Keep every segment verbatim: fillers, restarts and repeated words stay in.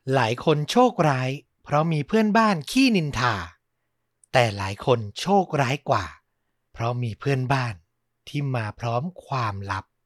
หลายคนโชคร้ายเพราะมีเพื่อนบ้านขี้นินทาแต่หลายคนโชคร้ายกว่าเพราะมีเพื่อนบ้านที่มาพร้อมความลับ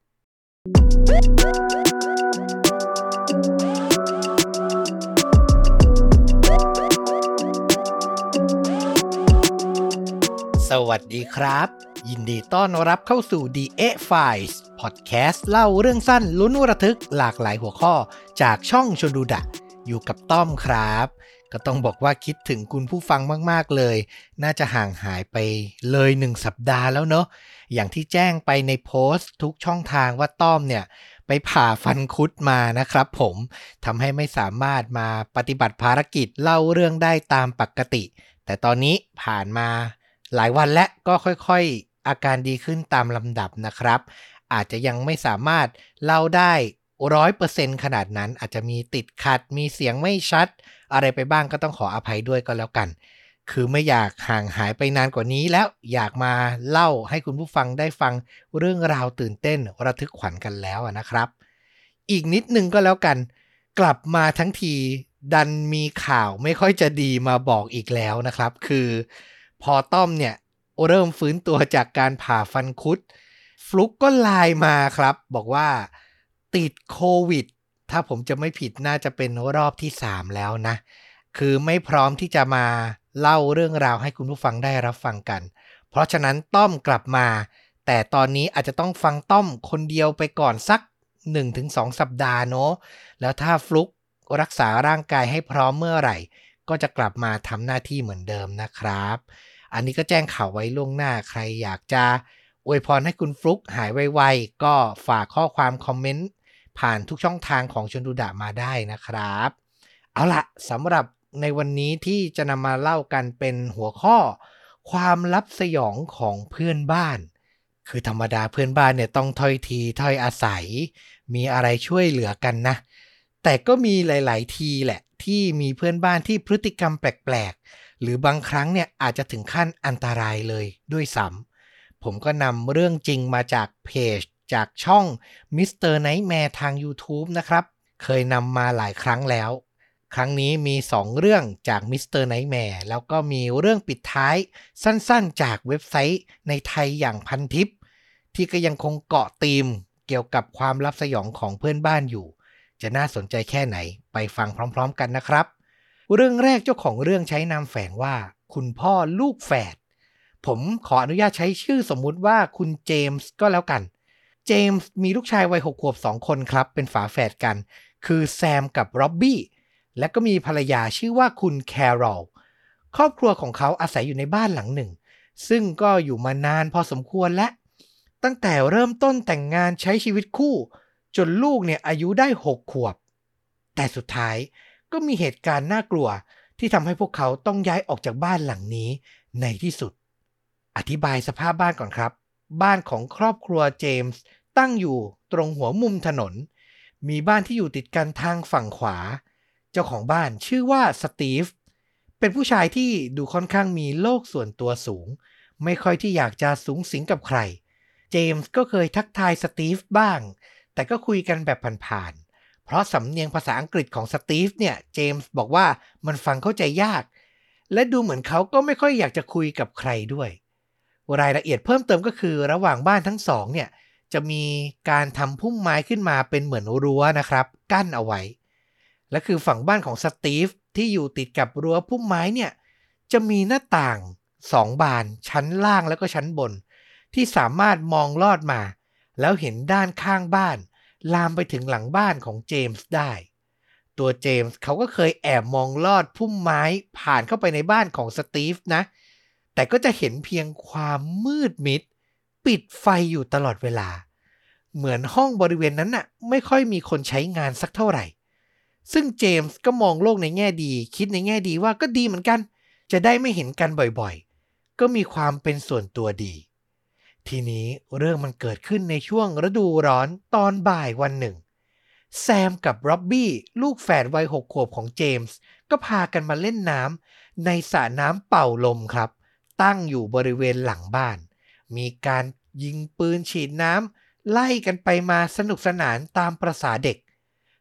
สวัสดีครับยินดีต้อนรับเข้าสู่ The The Files Podcast เล่าเรื่องสั้นลุ้นระทึกหลากหลายหัวข้อจากช่องชวนดูดะอยู่กับต้อมครับก็ต้องบอกว่าคิดถึงคุณผู้ฟังมากๆเลยน่าจะห่างหายไปเลยหนึ่งสัปดาห์แล้วเนาะอย่างที่แจ้งไปในโพสต์ทุกช่องทางว่าต้อมเนี่ยไปผ่าฟันคุดมานะครับผมทำให้ไม่สามารถมาปฏิบัติภารกิจเล่าเรื่องได้ตามปกติแต่ตอนนี้ผ่านมาหลายวันและก็ค่อยๆอาการดีขึ้นตามลำดับนะครับอาจจะยังไม่สามารถเล่าได้ ร้อยเปอร์เซ็นต์ ขนาดนั้นอาจจะมีติดขัดมีเสียงไม่ชัดอะไรไปบ้างก็ต้องขออภัยด้วยก็แล้วกันคือไม่อยากห่างหายไปนานกว่านี้แล้วอยากมาเล่าให้คุณผู้ฟังได้ฟังเรื่องราวตื่นเต้นระทึกขวัญกันแล้วนะครับอีกนิดนึงก็แล้วกันกลับมาทั้งทีดันมีข่าวไม่ค่อยจะดีมาบอกอีกแล้วนะครับคือพอต้อมเนี่ยเริ่มฟื้นตัวจากการผ่าฟันคุดฟลุกก็ไลน์มาครับบอกว่าติดโควิดถ้าผมจะไม่ผิดน่าจะเป็นรอบที่สามแล้วนะคือไม่พร้อมที่จะมาเล่าเรื่องราวให้คุณผู้ฟังได้รับฟังกันเพราะฉะนั้นต้อมกลับมาแต่ตอนนี้อาจจะต้องฟังต้อมคนเดียวไปก่อนสัก หนึ่งถึงสอง สัปดาห์เนาะแล้วถ้าฟลุกรักษาร่างกายให้พร้อมเมื่อไหร่ก็จะกลับมาทำหน้าที่เหมือนเดิมนะครับอันนี้ก็แจ้งข่าวไว้ล่วงหน้าใครอยากจะอวยพรให้คุณฟลุกหายไวๆก็ฝากข้อความคอมเมนต์ผ่านทุกช่องทางของชวนดูดะมาได้นะครับเอาล่ะสำหรับในวันนี้ที่จะนำมาเล่ากันเป็นหัวข้อความลับสยองของเพื่อนบ้านคือธรรมดาเพื่อนบ้านเนี่ยต้องถ้อยทีถ้อยอาศัยมีอะไรช่วยเหลือกันนะแต่ก็มีหลายๆทีแหละที่มีเพื่อนบ้านที่พฤติกรรมแปลกๆหรือบางครั้งเนี่ยอาจจะถึงขั้นอันตรายเลยด้วยซ้ำผมก็นำเรื่องจริงมาจากเพจจากช่อง มิสเตอร์ Nightmare ทาง YouTube นะครับเคยนำมาหลายครั้งแล้วครั้งนี้มีสองเรื่องจาก มิสเตอร์ Nightmare แล้วก็มีเรื่องปิดท้ายสั้นๆจากเว็บไซต์ในไทยอย่างพันทิปที่ก็ยังคงเกาะธีมเกี่ยวกับความลับสยองของเพื่อนบ้านอยู่จะน่าสนใจแค่ไหนไปฟังพร้อมๆกันนะครับเรื่องแรกเจ้าของเรื่องใช้นามแฝงว่าคุณพ่อลูกแฝดผมขออนุญาตใช้ชื่อสมมุติว่าคุณเจมส์ก็แล้วกันเจมส์มีลูกชายวัยหกขวบสองคนครับเป็นฝาแฝดกันคือแซมกับร็อบบี้และก็มีภรรยาชื่อว่าคุณแคโรลครอบครัวของเขาอาศัยอยู่ในบ้านหลังหนึ่งซึ่งก็อยู่มานานพอสมควรและตั้งแต่เริ่มต้นแต่งงานใช้ชีวิตคู่จนลูกเนี่ยอายุได้หกขวบแต่สุดท้ายก็มีเหตุการณ์น่ากลัวที่ทำให้พวกเขาต้องย้ายออกจากบ้านหลังนี้ในที่สุดอธิบายสภาพบ้านก่อนครับบ้านของครอบครัวเจมส์ตั้งอยู่ตรงหัวมุมถนนมีบ้านที่อยู่ติดกันทางฝั่งขวาเจ้าของบ้านชื่อว่าสตีฟเป็นผู้ชายที่ดูค่อนข้างมีโลกส่วนตัวสูงไม่ค่อยที่อยากจะสูงสิงกับใครเจมส์ก็เคยทักทายสตีฟบ้างแต่ก็คุยกันแบบผ่านๆเพราะสำเนียงภาษาอังกฤษของสตีฟเนี่ยเจมส์บอกว่ามันฟังเข้าใจยากและดูเหมือนเขาก็ไม่ค่อยอยากจะคุยกับใครด้วยรายละเอียดเพิ่มเติมก็คือระหว่างบ้านทั้งสองเนี่ยจะมีการทำพุ่มไม้ขึ้นมาเป็นเหมือนรั้วนะครับกั้นเอาไว้และคือฝั่งบ้านของสตีฟที่อยู่ติดกับรั้วพุ่มไม้เนี่ยจะมีหน้าต่างสองบานชั้นล่างแล้วก็ชั้นบนที่สามารถมองลอดมาแล้วเห็นด้านข้างบ้านลามไปถึงหลังบ้านของเจมส์ได้ตัวเจมส์เขาก็เคยแอบมองลอดพุ่มไม้ผ่านเข้าไปในบ้านของสตีฟนะแต่ก็จะเห็นเพียงความมืดมิดปิดไฟอยู่ตลอดเวลาเหมือนห้องบริเวณนั้นน่ะไม่ค่อยมีคนใช้งานสักเท่าไหร่ซึ่งเจมส์ก็มองโลกในแง่ดีคิดในแง่ดีว่าก็ดีเหมือนกันจะได้ไม่เห็นกันบ่อยๆก็มีความเป็นส่วนตัวดีทีนี้เรื่องมันเกิดขึ้นในช่วงฤดูร้อนตอนบ่ายวันหนึ่งแซมกับร็อบบี้ลูกแฝดวัยหกขวบของเจมส์ก็พากันมาเล่นน้ำในสระน้ำเป่าลมครับตั้งอยู่บริเวณหลังบ้านมีการยิงปืนฉีดน้ำไล่กันไปมาสนุกสนานตามประสาเด็ก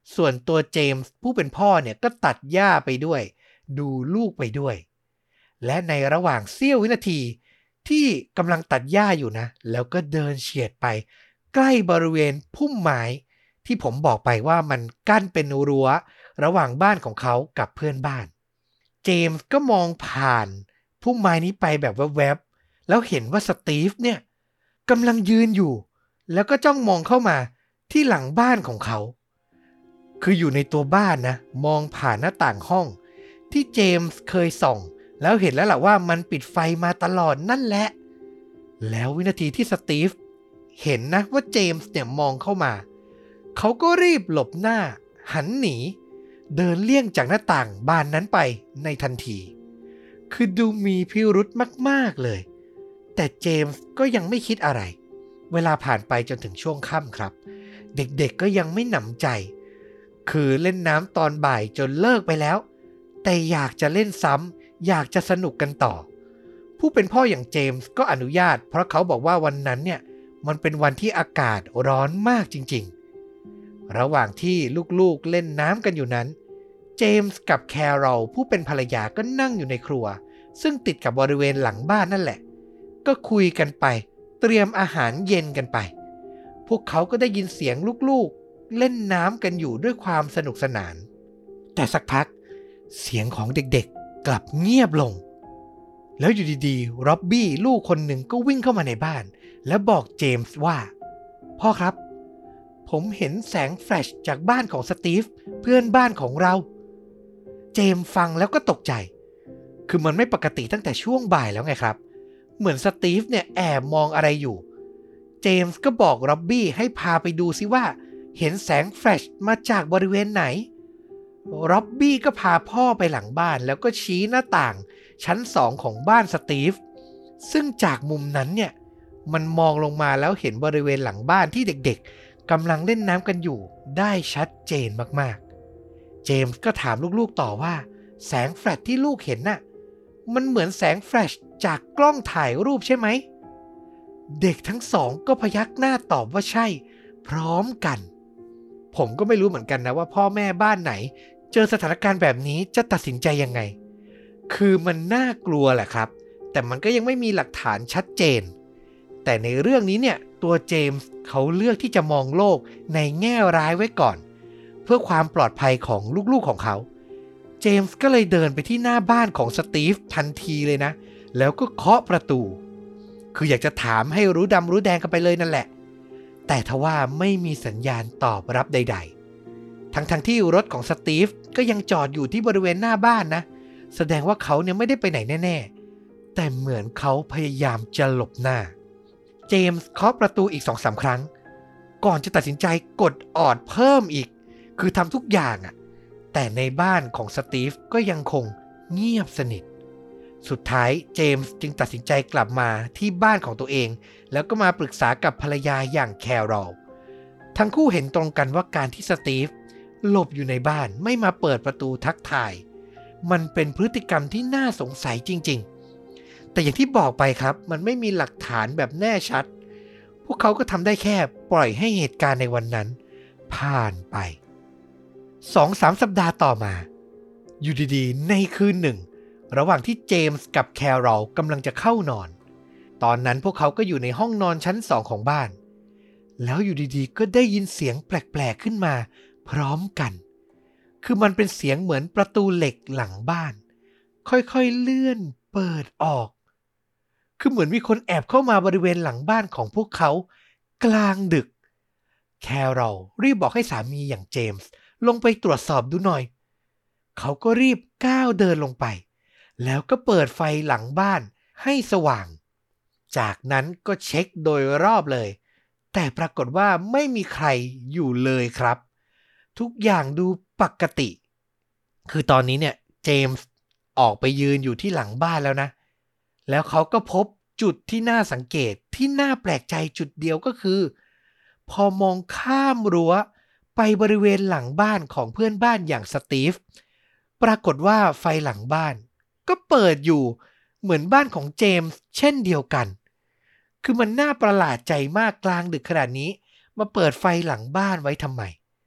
ส่วนตัวเจมส์ผู้เป็นพ่อเนี่ยก็ตัดหญ้าไปด้วยดูลูกไปด้วยและในระหว่างเสี้ยววินาทีที่กำลังตัดหญ้าอยู่นะแล้วก็เดินเฉียดไปใกล้บริเวณพุ่มไม้ที่ผมบอกไปว่ามันกั้นเป็นรั้วระหว่างบ้านของเขากับเพื่อนบ้านเจมส์ก็มองผ่านพุ่มไม้นี้ไปแบบแวบๆแล้วเห็นว่าสตีฟเนี่ยกำลังยืนอยู่แล้วก็จ้องมองเข้ามาที่หลังบ้านของเขาคืออยู่ในตัวบ้านนะมองผ่านหน้าต่างห้องที่เจมส์เคยส่องแล้วเห็นแล้วล่ะว่ามันปิดไฟมาตลอดนั่นแหละแล้ววินาทีที่สตีฟเห็นนะว่าเจมส์เนี่ยมองเข้ามาเขาก็รีบหลบหน้าหันหนีเดินเลี่ยงจากหน้าต่างบานนั้นไปในทันทีคือดูมีพิรุธมากๆเลยแต่เจมส์ก็ยังไม่คิดอะไรเวลาผ่านไปจนถึงช่วงค่ำครับเด็กๆก็ยังไม่หนำใจคือเล่นน้ำตอนบ่ายจนเลิกไปแล้วแต่อยากจะเล่นซ้ำอยากจะสนุกกันต่อผู้เป็นพ่ออย่างเจมส์ก็อนุญาตเพราะเขาบอกว่าวันนั้นเนี่ยมันเป็นวันที่อากาศร้อนมากจริงๆระหว่างที่ลูกๆเล่นน้ำกันอยู่นั้นเจมส์กับแคโรลผู้เป็นภรรยาก็นั่งอยู่ในครัวซึ่งติดกับบริเวณหลังบ้านนั่นแหละก็คุยกันไปเตรียมอาหารเย็นกันไปพวกเขาก็ได้ยินเสียงลูกๆเล่นน้ำกันอยู่ด้วยความสนุกสนานแต่สักพักเสียงของเด็กๆกลับเงียบลงแล้วอยู่ดีๆร็อบบี้ลูกคนหนึ่งก็วิ่งเข้ามาในบ้านแล้วบอกเจมส์ว่าพ่อครับผมเห็นแสงแฟลชจากบ้านของสตีฟเพื่อนบ้านของเราเจมส์ฟังแล้วก็ตกใจคือมันไม่ปกติตั้งแต่ช่วงบ่ายแล้วไงครับเหมือนสตีฟเนี่ยแอบมองอะไรอยู่เจมส์ก็บอกร็อบบี้ให้พาไปดูซิว่าเห็นแสงแฟลชมาจากบริเวณไหนร็อบบี้ก็พาพ่อไปหลังบ้านแล้วก็ชี้หน้าต่างชั้นสองของบ้านสตีฟซึ่งจากมุมนั้นเนี่ยมันมองลงมาแล้วเห็นบริเวณหลังบ้านที่เด็กๆกำลังเล่นน้ำกันอยู่ได้ชัดเจนมากๆเจมส์ก็ถามลูกๆต่อว่าแสงแฟลชที่ลูกเห็นน่ะมันเหมือนแสงแฟลชจากกล้องถ่ายรูปใช่ไหมเด็กทั้งสองก็พยักหน้าตอบว่าใช่พร้อมกันผมก็ไม่รู้เหมือนกันนะว่าพ่อแม่บ้านไหนเจอสถานการณ์แบบนี้จะตัดสินใจยังไงคือมันน่ากลัวแหละครับแต่มันก็ยังไม่มีหลักฐานชัดเจนแต่ในเรื่องนี้เนี่ยตัวเจมส์เขาเลือกที่จะมองโลกในแง่ร้ายไว้ก่อนเพื่อความปลอดภัยของลูกๆของเขาเจมส์ก็เลยเดินไปที่หน้าบ้านของสตีฟทันทีเลยนะแล้วก็เคาะประตูคืออยากจะถามให้รู้ดำรู้แดงกันไปเลยนั่นแหละแต่ทว่าไม่มีสัญญาณตอบรับใดๆทั้งๆ ท, ที่รถของสตีฟก็ยังจอดอยู่ที่บริเวณหน้าบ้านนะแสดงว่าเขาเนี่ยไม่ได้ไปไหนแน่ๆแต่เหมือนเขาพยายามจะหลบหน้าเจมส์เคาะประตูอีก สองสาม ครั้งก่อนจะตัดสินใจกดออดเพิ่มอีกคือทำทุกอย่างอ่ะแต่ในบ้านของสตีฟก็ยังคงเงียบสนิทสุดท้ายเจมส์จึงตัดสินใจกลับมาที่บ้านของตัวเองแล้วก็มาปรึกษากับภรรยาอย่างแคโรลทั้งคู่เห็นตรงกันว่าการที่สตีฟหลบอยู่ในบ้านไม่มาเปิดประตูทักทายมันเป็นพฤติกรรมที่น่าสงสัยจริงๆแต่อย่างที่บอกไปครับมันไม่มีหลักฐานแบบแน่ชัดพวกเขาก็ทำได้แค่ปล่อยให้เหตุการณ์ในวันนั้นผ่านไป สองสาม สัปดาห์ต่อมาอยู่ดีๆในคืนหนึ่งระหว่างที่เจมส์กับแคโรลกำลังจะเข้านอนตอนนั้นพวกเขาก็อยู่ในห้องนอนชั้นสองของบ้านแล้วอยู่ดีๆก็ได้ยินเสียงแปลกๆขึ้นมาพร้อมกันคือมันเป็นเสียงเหมือนประตูเหล็กหลังบ้านค่อยๆเลื่อนเปิดออกคือเหมือนมีคนแอบเข้ามาบริเวณหลังบ้านของพวกเขากลางดึกแคโรลรีบบอกให้สามีอย่างเจมส์ลงไปตรวจสอบดูหน่อยเขาก็รีบก้าวเดินลงไปแล้วก็เปิดไฟหลังบ้านให้สว่างจากนั้นก็เช็คโดยรอบเลยแต่ปรากฏว่าไม่มีใครอยู่เลยครับทุกอย่างดูปกติคือตอนนี้เนี่ยเจมส์ออกไปยืนอยู่ที่หลังบ้านแล้วนะแล้วเขาก็พบจุดที่น่าสังเกตที่น่าแปลกใจจุดเดียวก็คือพอมองข้ามรั้วไปบริเวณหลังบ้านของเพื่อนบ้านอย่างสตีฟปรากฏว่าไฟหลังบ้านก็เปิดอยู่เหมือนบ้านของเจมส์เช่นเดียวกันคือมันน่าประหลาดใจมากกลางดึกขนาดนี้มาเปิดไฟหลังบ้านไว้ทำไม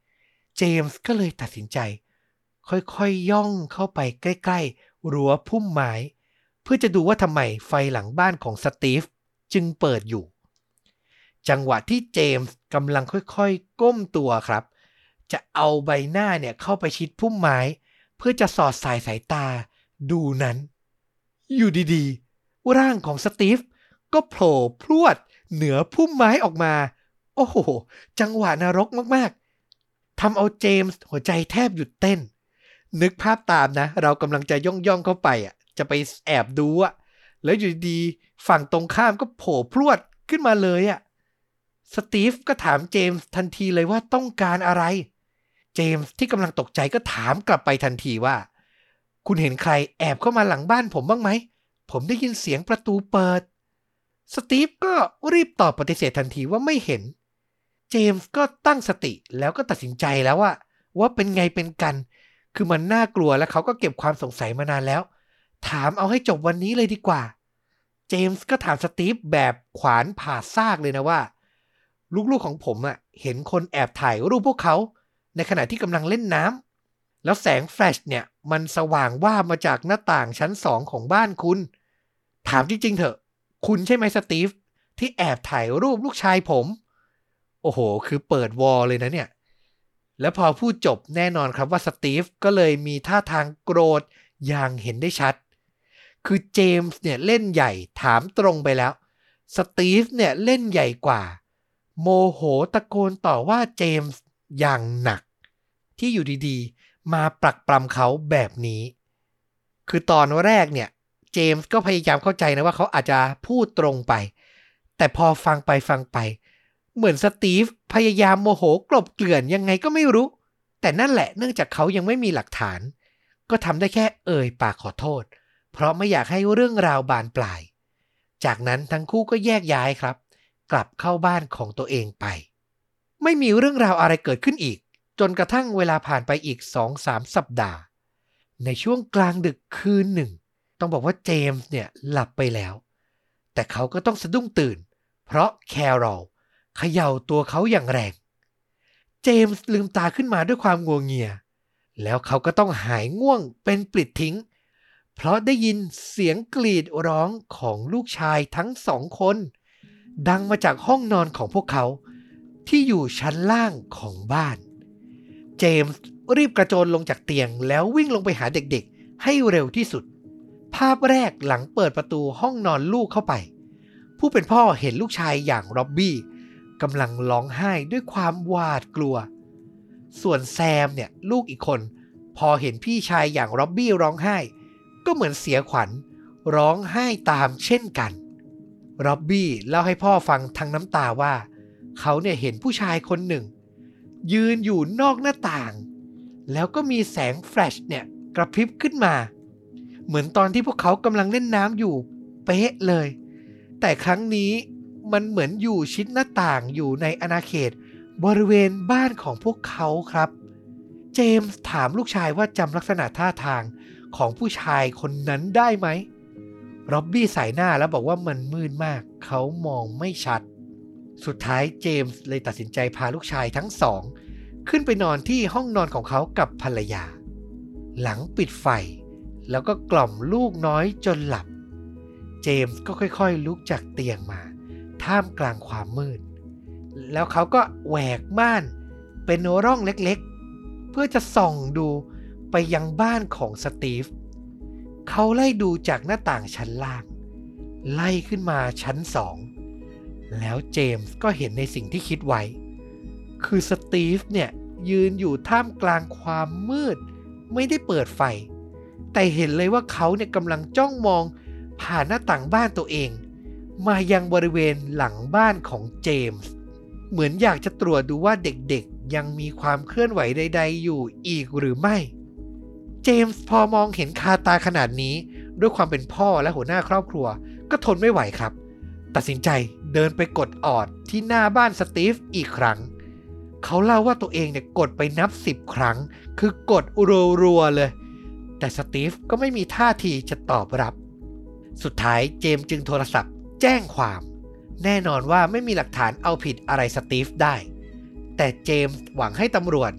เจมส์ก็เลยตัดสินใจค่อยๆย่องเข้าไปใกล้ๆรั้วพุ่มไม้เพื่อจะดูว่าทำไมไฟหลังบ้านของสตีฟจึงเปิดอยู่จังหวะที่เจมส์กำลังค่อยๆก้มตัวครับจะเอาใบหน้าเนี่ยเข้าไปชิดพุ่มไม้เพื่อจะสอดสายสายตาดูนั้นอยู่ดีๆร่างของสตีฟก็โผล่พรวดเหนือพุ่มไม้ออกมาโอ้โหจังหวะนรกมากๆทำเอาเจมส์หัวใจแทบหยุดเต้นนึกภาพตามนะเรากำลังจะย่องย่องเข้าไปอ่ะจะไปแอบดูอ่ะแล้วอยู่ดีฝั่งตรงข้ามก็โผล่พรวดขึ้นมาเลยอ่ะสตีฟก็ถามเจมส์ทันทีเลยว่าต้องการอะไรเจมส์ที่กำลังตกใจก็ถามกลับไปทันทีว่าคุณเห็นใครแอบเข้ามาหลังบ้านผมบ้างไหมผมได้ยินเสียงประตูเปิดสตีฟก็รีบตอบปฏิเสธทันทีว่าไม่เห็นเจมส์ก็ตั้งสติแล้วก็ตัดสินใจแล้วว่าว่าเป็นไงเป็นกันคือมันน่ากลัวและเขาก็เก็บความสงสัยมานานแล้วถามเอาให้จบวันนี้เลยดีกว่าเจมส์ก็ถามสตีฟแบบขวานผ่าซากเลยนะว่าลูกๆของผมอ่ะเห็นคนแอบถ่ายรูปพวกเขาในขณะที่กำลังเล่นน้ำแล้วแสงแฟลชเนี่ยมันสว่างว่ามาจากหน้าต่างชั้นสองของบ้านคุณถามจริงๆเถอะคุณใช่ไหมสตีฟที่แอบถ่ายรูปลูกชายผมโอ้โหคือเปิดวอลเลยนะเนี่ยแล้วพอพูดจบแน่นอนครับว่าสตีฟก็เลยมีท่าทางโกรธอย่างเห็นได้ชัดคือเจมส์เนี่ยเล่นใหญ่ถามตรงไปแล้วสตีฟเนี่ยเล่นใหญ่กว่าโมโหตะโกนต่อว่าเจมส์อย่างหนักที่อยู่ดีๆมาปรักปรำเขาแบบนี้คือตอนแรกเนี่ยเจมส์ก็พยายามเข้าใจนะว่าเขาอาจจะพูดตรงไปแต่พอฟังไปฟังไปเหมือนสตีฟพยายามโมโหกลบเกลื่อนยังไงก็ไม่รู้แต่นั่นแหละเนื่องจากเขายังไม่มีหลักฐานก็ทำได้แค่เอ่ยปากขอโทษเพราะไม่อยากให้เรื่องราวบานปลายจากนั้นทั้งคู่ก็แยกย้ายครับกลับเข้าบ้านของตัวเองไปไม่มีเรื่องราวอะไรเกิดขึ้นอีกจนกระทั่งเวลาผ่านไปอีก สองถึงสาม สัปดาห์ในช่วงกลางดึกคืนหนึ่งต้องบอกว่าเจมส์เนี่ยหลับไปแล้วแต่เขาก็ต้องสะดุ้งตื่นเพราะแคโรลเขย่าตัวเขาอย่างแรงเจมส์ลืมตาขึ้นมาด้วยความงัวเงียแล้วเขาก็ต้องหายง่วงเป็นปลิดทิ้งเพราะได้ยินเสียงกรีดร้องของลูกชายทั้งสองคนดังมาจากห้องนอนของพวกเขาที่อยู่ชั้นล่างของบ้านเจมส์รีบกระโจนลงจากเตียงแล้ววิ่งลงไปหาเด็กๆให้เร็วที่สุดภาพแรกหลังเปิดประตูห้องนอนลูกเข้าไปผู้เป็นพ่อเห็นลูกชายอย่างร็อบบี้กำลังร้องไห้ด้วยความหวาดกลัวส่วนแซมเนี่ยลูกอีกคนพอเห็นพี่ชายอย่างร็อบบี้ร้องไห้ก็เหมือนเสียขวัญร้องไห้ตามเช่นกันร็อบบี้เล่าให้พ่อฟังทั้งน้ำตาว่าเขาเนี่ยเห็นผู้ชายคนหนึ่งยืนอยู่นอกหน้าต่างแล้วก็มีแสงแฟลชเนี่ยกระพริบขึ้นมาเหมือนตอนที่พวกเขากำลังเล่นน้ำอยู่เป๊ะเลยแต่ครั้งนี้มันเหมือนอยู่ชิดหน้าต่างอยู่ในอาณาเขตบริเวณบ้านของพวกเขาครับเจมส์ถามลูกชายว่าจำลักษณะท่าทางของผู้ชายคนนั้นได้ไหมร็อบบี้สายหน้าแล้วบอกว่ามันมืดมากเขามองไม่ชัดสุดท้ายเจมส์เลยตัดสินใจพาลูกชายทั้งสองขึ้นไปนอนที่ห้องนอนของเขากับภรรยาหลังปิดไฟแล้วก็กล่อมลูกน้อยจนหลับเจมส์ก็ค่อยๆลุกจากเตียงมาท่ามกลางความมืดแล้วเขาก็แหวกม่านเป็นร่องเล็กๆเพื่อจะส่องดูไปยังบ้านของสตีฟเขาไล่ดูจากหน้าต่างชั้นล่างไล่ขึ้นมาชั้นสองแล้วเจมส์ก็เห็นในสิ่งที่คิดไว้คือสตีฟเนี่ยยืนอยู่ท่ามกลางความมืดไม่ได้เปิดไฟแต่เห็นเลยว่าเขาเนี่ยกำลังจ้องมองผ่านหน้าต่างบ้านตัวเองมายังบริเวณหลังบ้านของเจมส์เหมือนอยากจะตรวจดูว่าเด็กๆยังมีความเคลื่อนไหวใดๆอยู่อีกหรือไม่เจมส์พอมองเห็นคาตาขนาดนี้ด้วยความเป็นพ่อและหัวหน้าครอบครัวก็ทนไม่ไหวครับตัดสินใจเดินไปกดออดที่หน้าบ้านสตีฟอีกครั้งเขาเล่าว่าตัวเองเนี่ยกดไปนับสิบครั้งคือกดรัวๆเลยแต่สตีฟก็ไม่มีท่าทีจะตอบรับสุดท้ายเจมส์จึงโทรศัพท์แจ้งความแน่นอนว่าไม่มีหลักฐานเอาผิดอะไรสตีฟได้แต่เจมส์หวังให้ตำรวจเนี่ย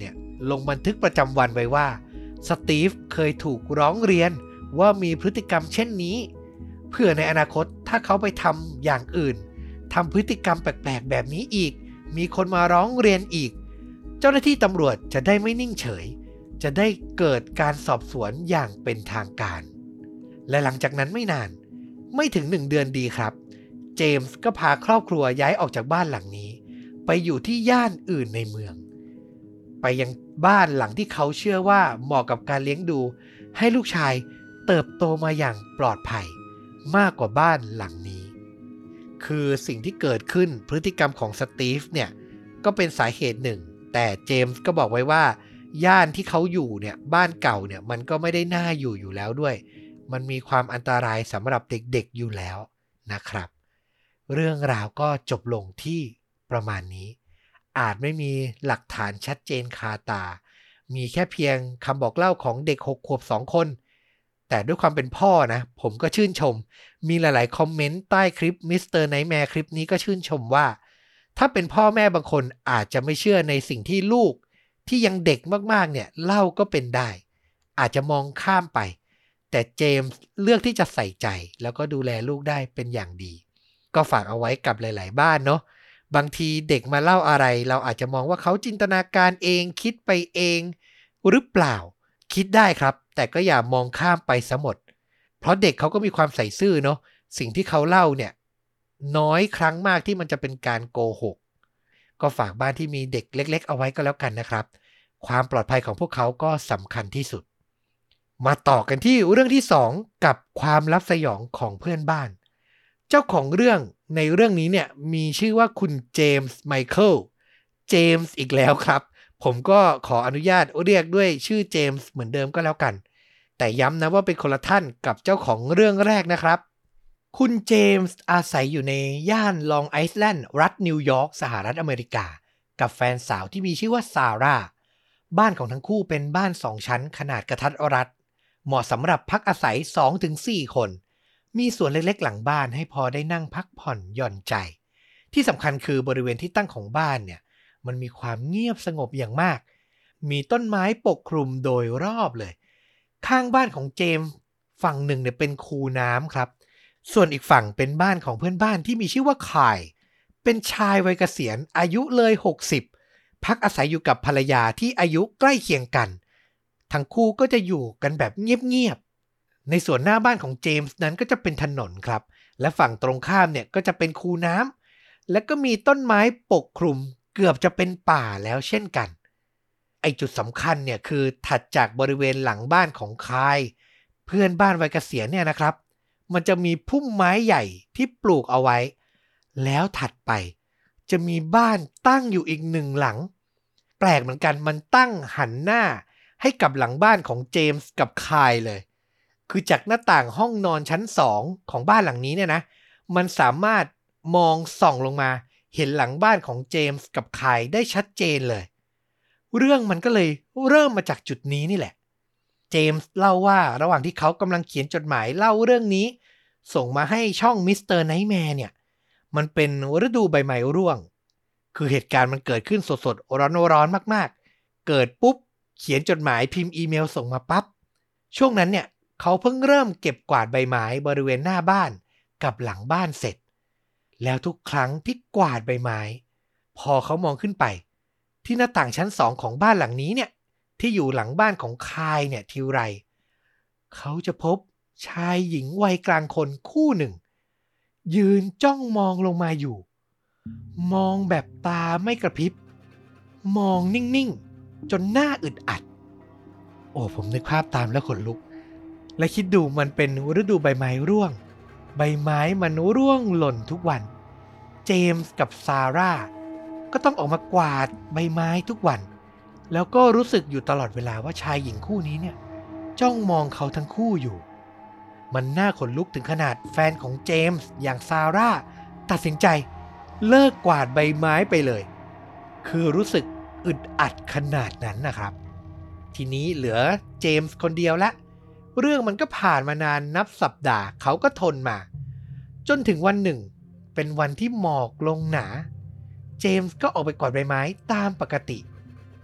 ลงบันทึกประจำวันไว้ว่าสตีฟเคยถูกร้องเรียนว่ามีพฤติกรรมเช่นนี้เพื่อในอนาคตถ้าเขาไปทำอย่างอื่นทำพฤติกรรมแปลกๆแบบนี้อีกมีคนมาร้องเรียนอีกเจ้าหน้าที่ตำรวจจะได้ไม่นิ่งเฉยจะได้เกิดการสอบสวนอย่างเป็นทางการและหลังจากนั้นไม่นานไม่ถึงหนึ่งเดือนดีครับเจมส์ก็พาครอบครัวย้ายออกจากบ้านหลังนี้ไปอยู่ที่ย่านอื่นในเมืองไปยังบ้านหลังที่เขาเชื่อว่าเหมาะกับการเลี้ยงดูให้ลูกชายเติบโตมาอย่างปลอดภัยมากกว่าบ้านหลังนี้คือสิ่งที่เกิดขึ้นพฤติกรรมของสตีฟเนี่ยก็เป็นสาเหตุหนึ่งแต่เจมส์ก็บอกไว้ว่าย่านที่เขาอยู่เนี่ยบ้านเก่าเนี่ยมันก็ไม่ได้น่าอยู่อยู่แล้วด้วยมันมีความอันตรายสำหรับเด็กๆอยู่แล้วนะครับเรื่องราวก็จบลงที่ประมาณนี้อาจไม่มีหลักฐานชัดเจนคาตามีแค่เพียงคำบอกเล่าของเด็กหกขวบสองคนแต่ด้วยความเป็นพ่อนะผมก็ชื่นชมมีหลายๆคอมเมนต์ใต้คลิปมิสเตอร์ไนท์แมร์คลิปนี้ก็ชื่นชมว่าถ้าเป็นพ่อแม่บางคนอาจจะไม่เชื่อในสิ่งที่ลูกที่ยังเด็กมากๆเนี่ยเล่าก็เป็นได้อาจจะมองข้ามไปแต่เจมส์เลือกที่จะใส่ใจแล้วก็ดูแลลูกได้เป็นอย่างดีก็ฝากเอาไว้กับหลายๆบ้านเนาะบางทีเด็กมาเล่าอะไรเราอาจจะมองว่าเขาจินตนาการเองคิดไปเองหรือเปล่าคิดได้ครับแต่ก็อย่ามองข้ามไปซะหมดเพราะเด็กเขาก็มีความใส่ซื่อเนาะสิ่งที่เขาเล่าเนี่ยน้อยครั้งมากที่มันจะเป็นการโกหกก็ฝากบ้านที่มีเด็กเล็กๆเอาไว้ก็แล้วกันนะครับความปลอดภัยของพวกเขาก็สำคัญที่สุดมาต่อกันที่เรื่องที่สองกับความลับสยองของเพื่อนบ้านเจ้าของเรื่องในเรื่องนี้เนี่ยมีชื่อว่าคุณเจมส์ไมเคิลเจมส์อีกแล้วครับผมก็ขออนุญาตเรียกด้วยชื่อเจมส์เหมือนเดิมก็แล้วกันแต่ย้ำนะว่าเป็นคนละท่านกับเจ้าของเรื่องแรกนะครับคุณเจมส์อาศัยอยู่ในย่านลองไอซ์แลนด์รัฐนิวยอร์กสหรัฐอเมริกากับแฟนสาวที่มีชื่อว่าซาร่าบ้านของทั้งคู่เป็นบ้านสองชั้นขนาดกระทัดรัดเหมาะสำหรับพักอาศัย สองถึงสี่ คนมีสวนเล็กๆหลังบ้านให้พอได้นั่งพักผ่อนหย่อนใจที่สำคัญคือบริเวณที่ตั้งของบ้านเนี่ยมันมีความเงียบสงบอย่างมากมีต้นไม้ปกคลุมโดยรอบเลยข้างบ้านของเจมส์ฝั่งหนึ่งเนี่ยเป็นคูน้ำครับส่วนอีกฝั่งเป็นบ้านของเพื่อนบ้านที่มีชื่อว่าคายเป็นชายวัยเกษียณอายุเลยหกสิบพักอาศัยอยู่กับภรรยาที่อายุใกล้เคียงกันทั้งคู่ก็จะอยู่กันแบบเงียบๆในส่วนหน้าบ้านของเจมส์นั้นก็จะเป็นถนนครับและฝั่งตรงข้ามเนี่ยก็จะเป็นคูน้ำและก็มีต้นไม้ปกคลุมเกือบจะเป็นป่าแล้วเช่นกันไอจุดสำคัญเนี่ยคือถัดจากบริเวณหลังบ้านของคายเพื่อนบ้านวัยเกษียณเนี่ยนะครับมันจะมีพุ่มไม้ใหญ่ที่ปลูกเอาไว้แล้วถัดไปจะมีบ้านตั้งอยู่อีกหนึ่งหลังแปลกเหมือนกันมันตั้งหันหน้าให้กับหลังบ้านของเจมส์กับคายเลยคือจากหน้าต่างห้องนอนชั้นสองของบ้านหลังนี้เนี่ยนะมันสามารถมองส่องลงมาเห็นหลังบ้านของเจมส์กับคายได้ชัดเจนเลยเรื่องมันก็เลยเริ่มมาจากจุดนี้นี่แหละเจมส์เล่าว่าระหว่างที่เขากำลังเขียนจดหมายเล่าเรื่องนี้ส่งมาให้ช่องมิสเตอร์ไนท์แมร์เนี่ยมันเป็นฤดูใบไม้ร่วงคือเหตุการณ์มันเกิดขึ้นสดๆร้อนๆมากๆเกิดปุ๊บเขียนจดหมายพิมพ์อีเมลส่งมาปั๊บช่วงนั้นเนี่ยเขาเพิ่งเริ่มเก็บกวาดใบไม้บริเวณหน้าบ้านกับหลังบ้านเสร็จแล้วทุกครั้งที่กวาดใบไม้พอเขามองขึ้นไปที่หน้าต่างชั้นสองของบ้านหลังนี้เนี่ยที่อยู่หลังบ้านของคายเนี่ยทีไรเขาจะพบชายหญิงวัยกลางคนคู่หนึ่งยืนจ้องมองลงมาอยู่มองแบบตาไม่กระพริบมองนิ่งๆจนหน้าอึดอัดโอ้ผมนึกภาพตามแล้วขนลุกและคิดดูมันเป็นฤดูใบไม้ร่วงใบไม้มันร่วงหล่นทุกวันเจมส์กับซาร่าก็ต้องออกมากวาดใบไม้ทุกวันแล้วก็รู้สึกอยู่ตลอดเวลาว่าชายหญิงคู่นี้เนี่ยจ้องมองเขาทั้งคู่อยู่มันน่าขนลุกถึงขนาดแฟนของเจมส์อย่างซาร่าตัดสินใจเลิกกวาดใบไม้ไปเลยคือรู้สึกอึดอัดขนาดนั้นนะครับทีนี้เหลือเจมส์คนเดียวละเรื่องมันก็ผ่านมานานนับสัปดาห์เขาก็ทนมาจนถึงวันหนึ่งเป็นวันที่หมอกลงหนาเจมส์ก็ออกไปกวาดใบไม้ตามปกติ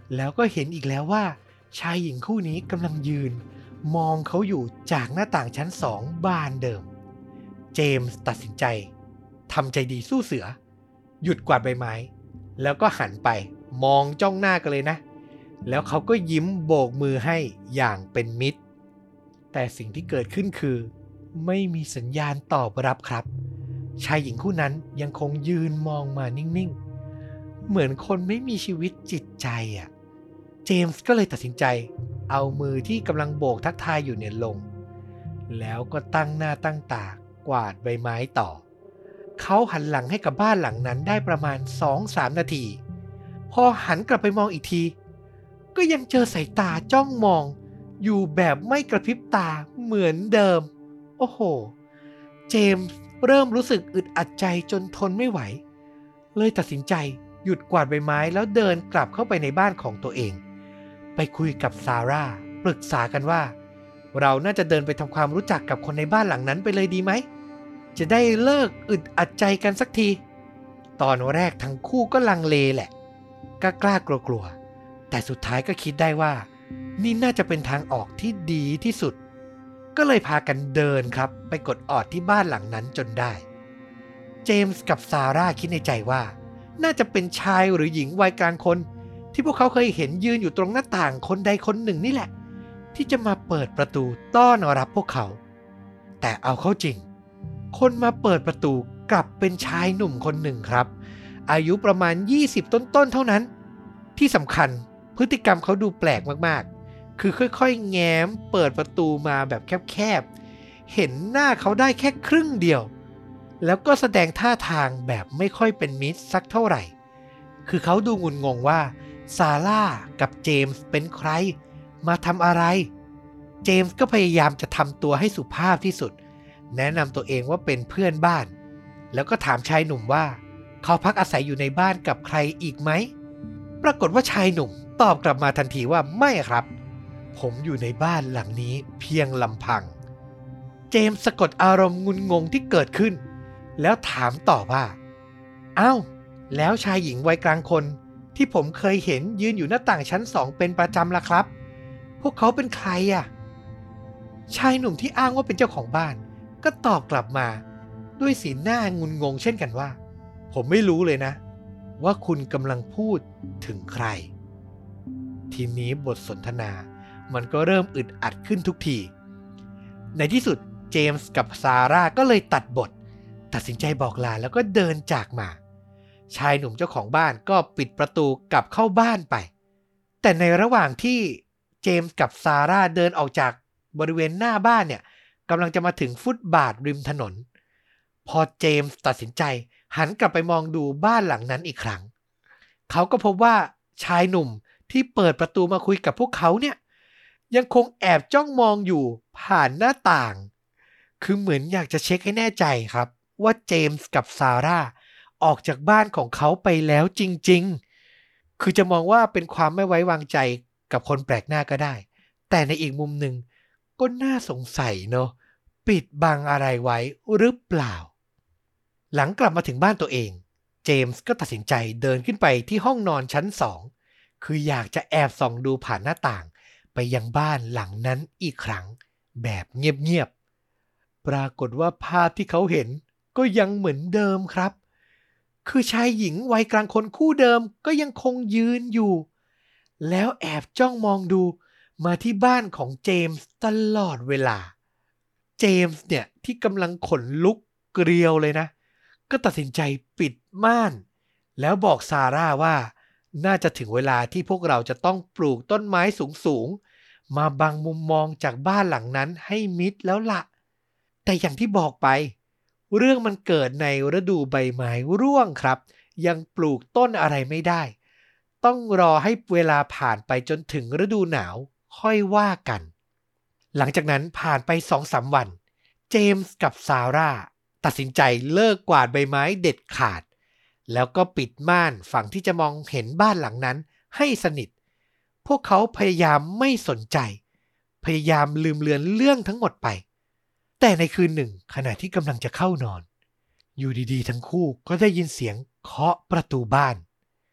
แล้วก็เห็นอีกแล้วว่าชายหญิงคู่นี้กำลังยืนมองเขาอยู่จากหน้าต่างชั้นสองบานเดิมเจมส์ตัดสินใจทำใจดีสู้เสือหยุดกวาดใบไม้แล้วก็หันไปมองจ้องหน้ากันเลยนะแล้วเขาก็ยิ้มโบกมือให้อย่างเป็นมิตรแต่สิ่งที่เกิดขึ้นคือไม่มีสัญญาณตอบรับครับชายหญิงคู่นั้นยังคงยืนมองมานิ่งๆเหมือนคนไม่มีชีวิตจิตใจอ่ะเจมส์ก็เลยตัดสินใจเอามือที่กำลังโบกทักทายอยู่เนี่ยลงแล้วก็ตั้งหน้าตั้งตากวาดใบไม้ต่อเขาหันหลังให้กับบ้านหลังนั้นได้ประมาณ สองถึงสาม นาทีพอหันกลับไปมองอีกทีก็ยังเจอสายตาจ้องมองอยู่แบบไม่กระพริบตาเหมือนเดิมโอ้โหเจมส์เริ่มรู้สึกอึดอัดใจจนทนไม่ไหวเลยตัดสินใจหยุดกวาดใบไม้แล้วเดินกลับเข้าไปในบ้านของตัวเองไปคุยกับซาร่าปรึกษากันว่าเราน่าจะเดินไปทำความรู้จักกับคนในบ้านหลังนั้นไปเลยดีไหมจะได้เลิกอึดอัดใจกันสักทีตอนแรกทั้งคู่ก็ลังเลแหละกล้ากล้ากลัวกลัวแต่สุดท้ายก็คิดได้ว่านี่น่าจะเป็นทางออกที่ดีที่สุดก็เลยพากันเดินครับไปกดออดที่บ้านหลังนั้นจนได้เจมส์กับซาร่าคิดในใจว่าน่าจะเป็นชายหรือหญิงวัยกลางคนที่พวกเขาเคยเห็นยืนอยู่ตรงหน้าต่างคนใดคนหนึ่งนี่แหละที่จะมาเปิดประตูต้อนรับพวกเขาแต่เอาเข้าจริงคนมาเปิดประตูกลับเป็นชายหนุ่มคนหนึ่งครับอายุประมาณยี่สิบต้นๆเท่านั้นที่สำคัญพฤติกรรมเขาดูแปลกมากๆคือค่อยๆแง้มเปิดประตูมาแบบแคบๆเห็นหน้าเขาได้แค่ครึ่งเดียวแล้วก็แสดงท่าทางแบบไม่ค่อยเป็นมิตรสักเท่าไหร่คือเขาดูงุนงงว่าซาร่ากับเจมส์เป็นใครมาทำอะไรเจมส์ก็พยายามจะทำตัวให้สุภาพที่สุดแนะนำตัวเองว่าเป็นเพื่อนบ้านแล้วก็ถามชายหนุ่มว่าเขาพักอาศัยอยู่ในบ้านกับใครอีกไหมปรากฏว่าชายหนุ่มตอบกลับมาทันทีว่าไม่ครับผมอยู่ในบ้านหลังนี้เพียงลำพังเจมส์สะกดอารมณ์งุนงงที่เกิดขึ้นแล้วถามต่อว่าอ้าวแล้วชายหญิงวัยกลางคนที่ผมเคยเห็นยืนอยู่หน้าต่างชั้นสองเป็นประจำล่ะครับพวกเขาเป็นใครอ่ะชายหนุ่มที่อ้างว่าเป็นเจ้าของบ้านก็ตอบกลับมาด้วยสีหน้างุนงงเช่นกันว่าผมไม่รู้เลยนะว่าคุณกำลังพูดถึงใครทีนี้บทสนทนามันก็เริ่มอึดอัดขึ้นทุกทีในที่สุดเจมส์กับซาร่าก็เลยตัดบทตัดสินใจบอกลาแล้วก็เดินจากมาชายหนุ่มเจ้าของบ้านก็ปิดประตูกลับเข้าบ้านไปแต่ในระหว่างที่เจมส์กับซาร่าเดินออกจากบริเวณหน้าบ้านเนี่ยกำลังจะมาถึงฟุตบาทริมถนนพอเจมส์ตัดสินใจหันกลับไปมองดูบ้านหลังนั้นอีกครั้งเขาก็พบว่าชายหนุ่มที่เปิดประตูมาคุยกับพวกเขาเนี่ยยังคงแอบจ้องมองอยู่ผ่านหน้าต่างคือเหมือนอยากจะเช็คให้แน่ใจครับว่าเจมส์กับซาร่าออกจากบ้านของเขาไปแล้วจริงๆคือจะมองว่าเป็นความไม่ไว้วางใจกับคนแปลกหน้าก็ได้แต่ในอีกมุมหนึ่งก็น่าสงสัยเนอะปิดบังอะไรไว้หรือเปล่าหลังกลับมาถึงบ้านตัวเองเจมส์ก็ตัดสินใจเดินขึ้นไปที่ห้องนอนชั้นสองคืออยากจะแอบส่องดูผ่านหน้าต่างไปยังบ้านหลังนั้นอีกครั้งแบบเงียบๆปรากฏว่าภาพที่เขาเห็นก็ยังเหมือนเดิมครับคือชายหญิงวัยกลางคนคู่เดิมก็ยังคงยืนอยู่แล้วแอบจ้องมองดูมาที่บ้านของเจมส์ตลอดเวลาเจมส์เนี่ยที่กำลังขนลุกเกลียวเลยนะก็ตัดสินใจปิดม่านแล้วบอกซาร่าว่าน่าจะถึงเวลาที่พวกเราจะต้องปลูกต้นไม้สูงๆมาบังมุมมองจากบ้านหลังนั้นให้มิดแล้วล่ะแต่อย่างที่บอกไปเรื่องมันเกิดในฤดูใบไม้ร่วงครับยังปลูกต้นอะไรไม่ได้ต้องรอให้เวลาผ่านไปจนถึงฤดูหนาวค่อยว่ากันหลังจากนั้นผ่านไป สองถึงสาม วันเจมส์กับซาร่าตัดสินใจเลิกกวาดใบไม้เด็ดขาดแล้วก็ปิดม่านฝั่งที่จะมองเห็นบ้านหลังนั้นให้สนิทพวกเขาพยายามไม่สนใจพยายามลืมเลือนเรื่องทั้งหมดไปแต่ในคืนหนึ่งขณะที่กำลังจะเข้านอนอยู่ดีๆทั้งคู่ก็ได้ยินเสียงเคาะประตูบ้าน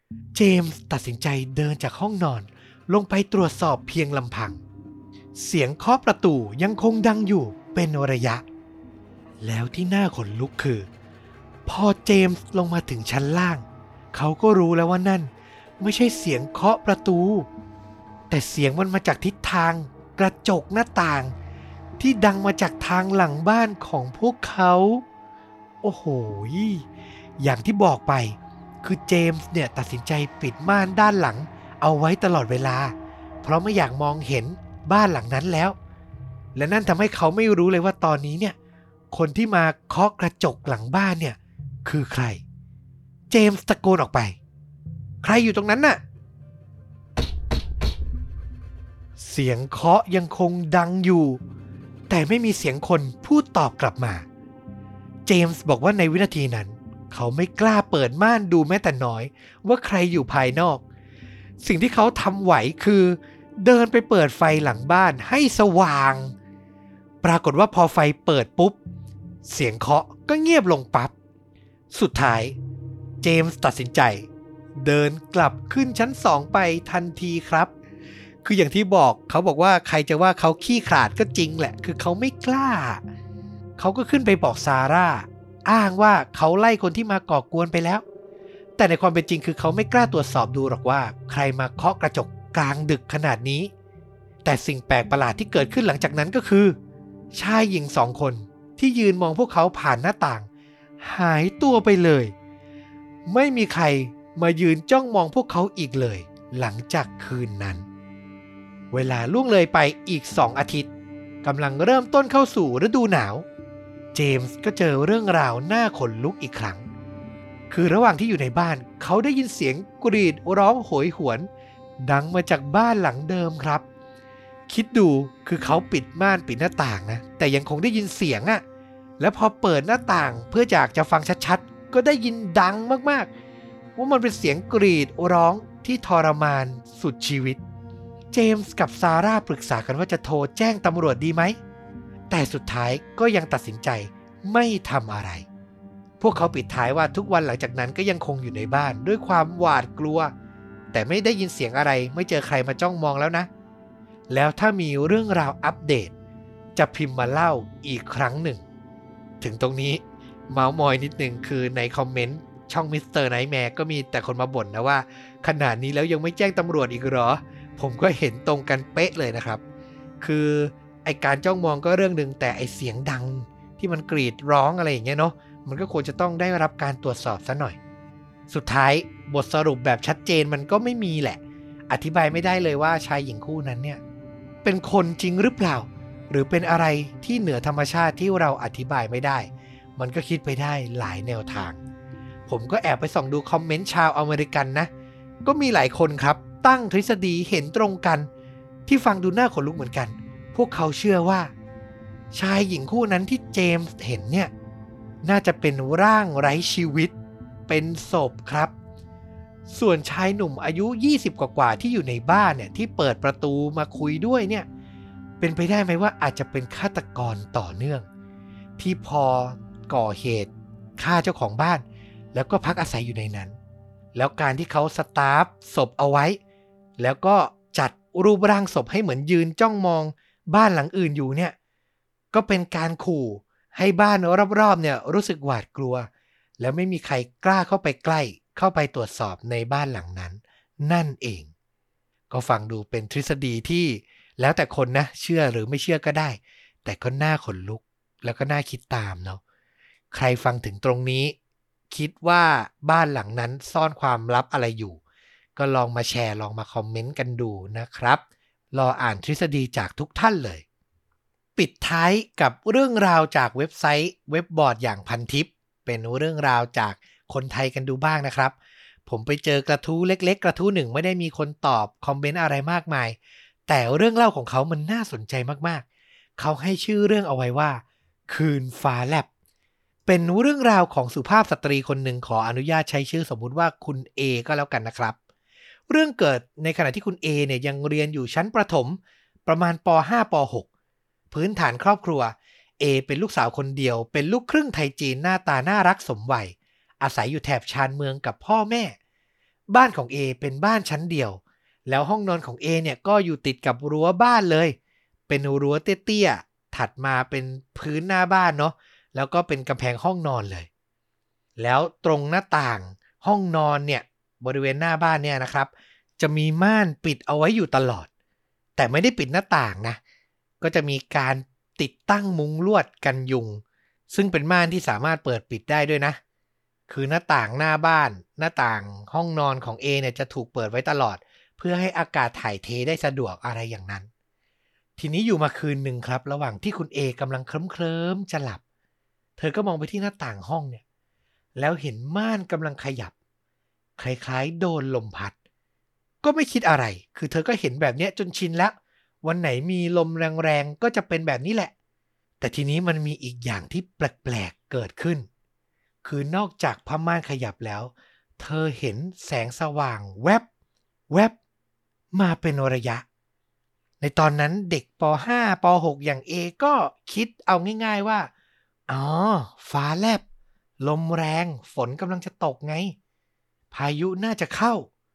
เจมส์ตัดสินใจเดินจากห้องนอนลงไปตรวจสอบเพียงลำพังเสียงเคาะประตูยังคงดังอยู่เป็นระยะแล้วที่น่าขนลุกคือพอเจมส์ลงมาถึงชั้นล่างเขาก็รู้แล้วว่านั่นไม่ใช่เสียงเคาะประตูแต่เสียงมันมาจากทิศทางกระจกหน้าต่างที่ดังมาจากทางหลังบ้านของพวกเขาโอ้โหอย่างที่บอกไปคือเจมส์เนี่ยตัดสินใจปิดม่านด้านหลังเอาไว้ตลอดเวลาเพราะไม่อยากมองเห็นบ้านหลังนั้นแล้วและนั่นทำให้เขาไม่รู้เลยว่าตอนนี้เนี่ยคนที่มาเคาะกระจกหลังบ้านเนี่ยคือใครเจมส์ตะโกนออกไปใครอยู่ตรงนั้นน่ะเสียงเคาะยังคงดังอยู่แต่ไม่มีเสียงคนพูดตอบกลับมาเจมส์บอกว่าในวินาทีนั้นเขาไม่กล้าเปิดม่านดูแม้แต่น้อยว่าใครอยู่ภายนอกสิ่งที่เขาทำไหวคือเดินไปเปิดไฟหลังบ้านให้สว่างปรากฏว่าพอไฟเปิดปุ๊บเสียงเคาะก็เงียบลงปั๊บสุดท้ายเจมส์ตัดสินใจเดินกลับขึ้นชั้นสองไปทันทีครับคืออย่างที่บอกเขาบอกว่าใครจะว่าเขาขี้ขลาดก็จริงแหละคือเขาไม่กล้าเขาก็ขึ้นไปบอกซาร่าอ้างว่าเขาไล่คนที่มาก่อกวนไปแล้วแต่ในความเป็นจริงคือเขาไม่กล้าตรวจสอบดูหรอกว่าใครมาเคาะกระจกกลางดึกขนาดนี้แต่สิ่งแปลกประหลาดที่เกิดขึ้นหลังจากนั้นก็คือชายหญิงสองคนที่ยืนมองพวกเขาผ่านหน้าต่างหายตัวไปเลยไม่มีใครมายืนจ้องมองพวกเขาอีกเลยหลังจากคืนนั้นเวลาล่วงเลยไปอีกสองอาทิตย์กำลังเริ่มต้นเข้าสู่ฤดูหนาวเจมส์ก็เจอเรื่องราวน่าขนลุกอีกครั้งคือระหว่างที่อยู่ในบ้านเขาได้ยินเสียงกรีดร้องโหยหวนดังมาจากบ้านหลังเดิมครับคิดดูคือเขาปิดม่านปิดหน้าต่างนะแต่ยังคงได้ยินเสียงอะแล้วพอเปิดหน้าต่างเพื่ออยากจะฟังชัดๆก็ได้ยินดังมากๆว่ามันเป็นเสียงกรีดร้องที่ทรมานสุดชีวิตเจมส์กับซาร่าปรึกษากันว่าจะโทรแจ้งตำรวจดีไหมแต่สุดท้ายก็ยังตัดสินใจไม่ทำอะไรพวกเขาปิดท้ายว่าทุกวันหลังจากนั้นก็ยังคงอยู่ในบ้านด้วยความหวาดกลัวแต่ไม่ได้ยินเสียงอะไรไม่เจอใครมาจ้องมองแล้วนะแล้วถ้ามีเรื่องราวอัปเดตจะพิมพ์มาเล่าอีกครั้งหนึ่งถึงตรงนี้เมาส์มอยนิดนึงคือในคอมเมนต์ช่องมิสเตอร์ไนท์แมร์ก็มีแต่คนมาบ่นนะว่าขนาดนี้แล้วยังไม่แจ้งตำรวจอีกเหรอผมก็เห็นตรงกันเป๊ะเลยนะครับคือไอการจ้องมองก็เรื่องนึงแต่ไอเสียงดังที่มันกรีดร้องอะไรอย่างเงี้ยเนาะมันก็ควรจะต้องได้รับการตรวจสอบซะหน่อยสุดท้ายบทสรุปแบบชัดเจนมันก็ไม่มีแหละอธิบายไม่ได้เลยว่าชายหญิงคู่นั้นเนี่ยเป็นคนจริงหรือเปล่าหรือเป็นอะไรที่เหนือธรรมชาติที่เราอธิบายไม่ได้มันก็คิดไปได้หลายแนวทางผมก็แอบไปส่องดูคอมเมนต์ชาวอเมริกันนะก็มีหลายคนครับตั้งทฤษฎีเห็นตรงกันที่ฟังดูน่าขนลุกเหมือนกันพวกเขาเชื่อว่าชายหญิงคู่นั้นที่เจมส์เห็นเนี่ยน่าจะเป็นร่างไร้ชีวิตเป็นศพครับส่วนชายหนุ่มอายุยี่สิบกว่าๆที่อยู่ในบ้านเนี่ยที่เปิดประตูมาคุยด้วยเนี่ยเป็นไปได้ไหมว่าอาจจะเป็นฆาตกรต่อเนื่องที่พอก่อเหตุฆ่าเจ้าของบ้านแล้วก็พักอาศัยอยู่ในนั้นแล้วการที่เขาสตาร์ฟศพเอาไว้แล้วก็จัดรูปร่างศพให้เหมือนยืนจ้องมองบ้านหลังอื่นอยู่เนี่ยก็เป็นการขู่ให้บ้านรอบๆเนี่ยรู้สึกหวาดกลัวแล้วไม่มีใครกล้าเข้าไปใกล้เข้าไปตรวจสอบในบ้านหลังนั้นนั่นเองก็ฟังดูเป็นทฤษฎีที่แล้วแต่คนนะเชื่อหรือไม่เชื่อก็ได้แต่ก็น่าขนลุกแล้วก็น่าคิดตามเนาะใครฟังถึงตรงนี้คิดว่าบ้านหลังนั้นซ่อนความลับอะไรอยู่ก็ลองมาแชร์ลองมาคอมเมนต์กันดูนะครับรออ่านทฤษฎีจากทุกท่านเลยปิดท้ายกับเรื่องราวจากเว็บไซต์เว็บบอร์ดอย่างพันทิปเป็นเรื่องราวจากคนไทยกันดูบ้างนะครับผมไปเจอกระทู้เล็กๆกระทู้หนึ่งไม่ได้มีคนตอบคอมเมนต์อะไรมากมายแต่เรื่องเล่าของเขามันน่าสนใจมากๆเขาให้ชื่อเรื่องเอาไว้ว่าคืนฟ้าแลบเป็นเรื่องราวของสุภาพสตรีคนหนึ่งขออนุญาตใช้ชื่อสมมุติว่าคุณ A ก็แล้วกันนะครับเรื่องเกิดในขณะที่คุณ A เนี่ยยังเรียนอยู่ชั้นประถมประมาณป ห้า ป หก พื้นฐานครอบครัว A เป็นลูกสาวคนเดียวเป็นลูกครึ่งไทยจีนหน้าตาน่ารักสมวัยอาศัยอยู่แถบชานเมืองกับพ่อแม่บ้านของเอเป็นบ้านชั้นเดียวแล้วห้องนอนของเอเนี่ยก็อยู่ติดกับรั้วบ้านเลยเป็นรั้วเตี้ยๆถัดมาเป็นพื้นหน้าบ้านเนาะแล้วก็เป็นกำแพงห้องนอนเลยแล้วตรงหน้าต่างห้องนอนเนี่ยบริเวณหน้าบ้านเนี่ยนะครับจะมีม่านปิดเอาไว้อยู่ตลอดแต่ไม่ได้ปิดหน้าต่างนะก็จะมีการติดตั้งมุ้งลวดกันยุงซึ่งเป็นม่านที่สามารถเปิดปิดได้ด้วยนะคือหน้าต่างหน้าบ้านหน้าต่างห้องนอนของ A เนี่ยจะถูกเปิดไว้ตลอดเพื่อให้อากาศถ่ายเทได้สะดวกอะไรอย่างนั้นทีนี้อยู่มาคืนหนึ่งครับระหว่างที่คุณ A กำลังเคลิ้มๆจะหลับเธอก็มองไปที่หน้าต่างห้องเนี่ยแล้วเห็นม่านกำลังขยับคล้ายๆโดนลมพัดก็ไม่คิดอะไรคือเธอก็เห็นแบบนี้จนชินแล้ววันไหนมีลมแรงๆก็จะเป็นแบบนี้แหละแต่ทีนี้มันมีอีกอย่างที่แปลกๆเกิดขึ้นคือนอกจากผ้าม่านขยับแล้วเธอเห็นแสงสว่างแวบแวบมาเป็นระยะในตอนนั้นเด็กป ห้า ป หก อย่าง A ก็คิดเอาง่ายๆว่าอ๋อฟ้าแลบลมแรงฝนกำลังจะตกไงพายุน่าจะเข้า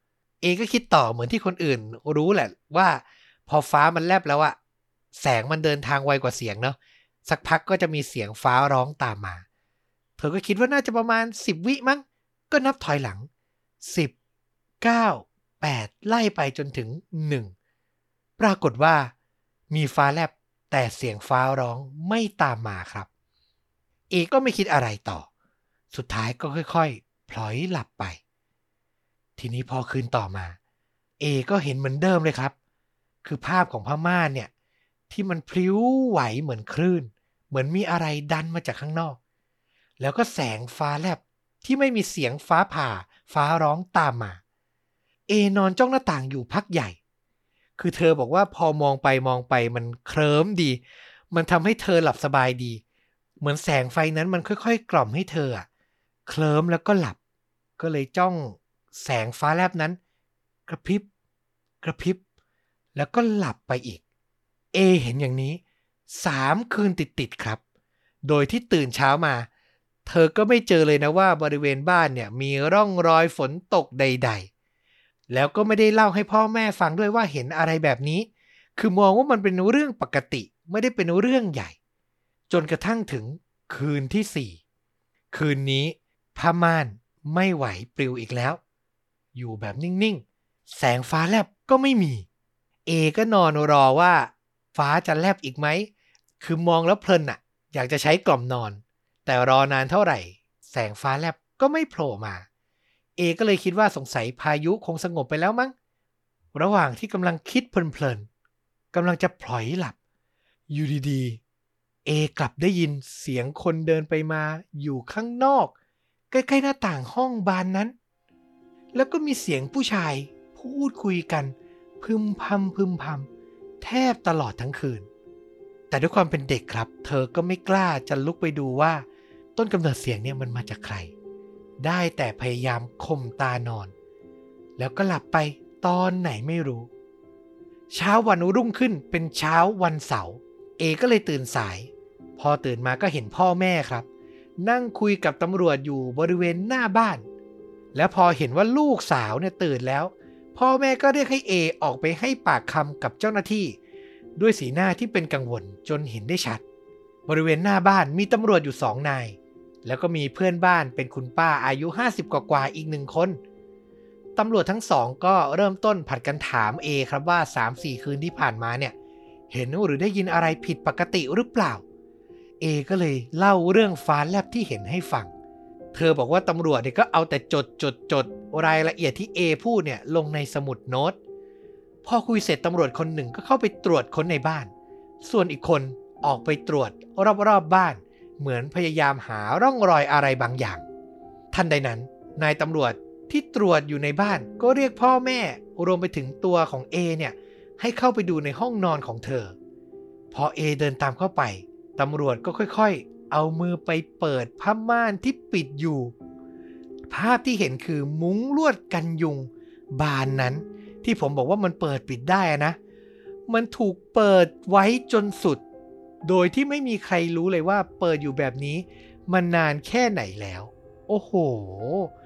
A ก็คิดต่อเหมือนที่คนอื่นรู้แหละว่าพอฟ้ามันแลบแล้วอะแสงมันเดินทางไวกว่าเสียงเนาะสักพักก็จะมีเสียงฟ้าร้องตามมาเธอก็คิดว่าน่าจะประมาณสิบวิมั้งก็นับถอยหลังสิบ เก้า แปดไล่ไปจนถึงหนึ่งปรากฏว่ามีฟ้าแลบแต่เสียงฟ้าร้องไม่ตามมาครับเอก็ไม่คิดอะไรต่อสุดท้ายก็ค่อยๆพลอยหลับไปทีนี้พอคืนต่อมาเอก็เห็นเหมือนเดิมเลยครับคือภาพของผ้าม่านเนี่ยที่มันพลิ้วไหวเหมือนคลื่นเหมือนมีอะไรดันมาจากข้างนอกแล้วก็แสงฟ้าแลบที่ไม่มีเสียงฟ้าผ่าฟ้าร้องตามมาเอนอนจ้องหน้าต่างอยู่พักใหญ่คือเธอบอกว่าพอมองไปมองไปมันเคลิ้มดีมันทำให้เธอหลับสบายดีเหมือนแสงไฟนั้นมันค่อยๆกล่อมให้เธออะเคลิ้มแล้วก็หลับก็เลยจ้องแสงฟ้าแลบนั้นกระพริบกระพริบแล้วก็หลับไปอีกเอเห็นอย่างนี้สามคืนติดๆครับโดยที่ตื่นเช้ามาเธอก็ไม่เจอเลยนะว่าบริเวณบ้านเนี่ยมีร่องรอยฝนตกใดๆแล้วก็ไม่ได้เล่าให้พ่อแม่ฟังด้วยว่าเห็นอะไรแบบนี้คือมองว่ามันเป็นเรื่องปกติไม่ได้เป็นเรื่องใหญ่จนกระทั่งถึงคืนที่สี่คืนนี้ผ้าม่านไม่ไหวปลิวอีกแล้วอยู่แบบนิ่งๆแสงฟ้าแลบก็ไม่มีเอก็นอนรอว่าฟ้าจะแลบอีกไหมคือมองแล้วเพลินอะอยากจะใช้กล่อมนอนแต่รอนานเท่าไหร่แสงฟ้าแลบก็ไม่โผล่มาเอก็เลยคิดว่าสงสัยพายุคงสงบไปแล้วมั้งระหว่างที่กำลังคิดเพลินๆกำลังจะพลอยหลับอยู่ดีๆเอกลับได้ยินเสียงคนเดินไปมาอยู่ข้างนอกใกล้ๆหน้าต่างห้องบานนั้นแล้วก็มีเสียงผู้ชายพูดคุยกันพึมพำพึมพำแทบตลอดทั้งคืนแต่ด้วยความเป็นเด็กครับเธอก็ไม่กล้าจะลุกไปดูว่าต้นกำเนิดเสียงเนี่ยมันมาจากใครได้แต่พยายามข่มตานอนแล้วก็หลับไปตอนไหนไม่รู้เช้าวันรุ่งขึ้นเป็นเช้าวันเสาร์เอก็เลยตื่นสายพอตื่นมาก็เห็นพ่อแม่ครับนั่งคุยกับตำรวจอยู่บริเวณหน้าบ้านแล้วพอเห็นว่าลูกสาวเนี่ยตื่นแล้วพ่อแม่ก็เรียกให้เอออกไปให้ปากคำกับเจ้าหน้าที่ด้วยสีหน้าที่เป็นกังวลจนเห็นได้ชัดบริเวณหน้าบ้านมีตำรวจอยู่สองนายแล้วก็มีเพื่อนบ้านเป็นคุณป้าอายุห้าสิบกว่าๆอีกหนึ่งคนตำรวจทั้งสองก็เริ่มต้นผัดกันถามเอครับว่า สามสี่ คืนที่ผ่านมาเนี่ยเห็นหรือได้ยินอะไรผิดปกติหรือเปล่าเอก็เลยเล่าเรื่องฟ้าแลบที่เห็นให้ฟังเธอบอกว่าตำรวจเนี่ยก็เอาแต่จดจดจดรายละเอียดที่เอพูดเนี่ยลงในสมุดโน้ตพอคุยเสร็จตำรวจคนหนึ่งก็เข้าไปตรวจค้นในบ้านส่วนอีกคนออกไปตรวจรอบๆบ้านเหมือนพยายามหาร่องรอยอะไรบางอย่างทันใดนั้นนายตำรวจที่ตรวจอยู่ในบ้านก็เรียกพ่อแม่รวมไปถึงตัวของเอเนี่ยให้เข้าไปดูในห้องนอนของเธอพอเอเดินตามเข้าไปตำรวจก็ค่อยๆเอามือไปเปิดผ้าม่านที่ปิดอยู่ภาพที่เห็นคือมุ้งลวดกันยุงบานนั้นที่ผมบอกว่ามันเปิดปิดได้นะมันถูกเปิดไว้จนสุดโดยที่ไม่มีใครรู้เลยว่าเปิดอยู่แบบนี้มันนานแค่ไหนแล้วโอ้โห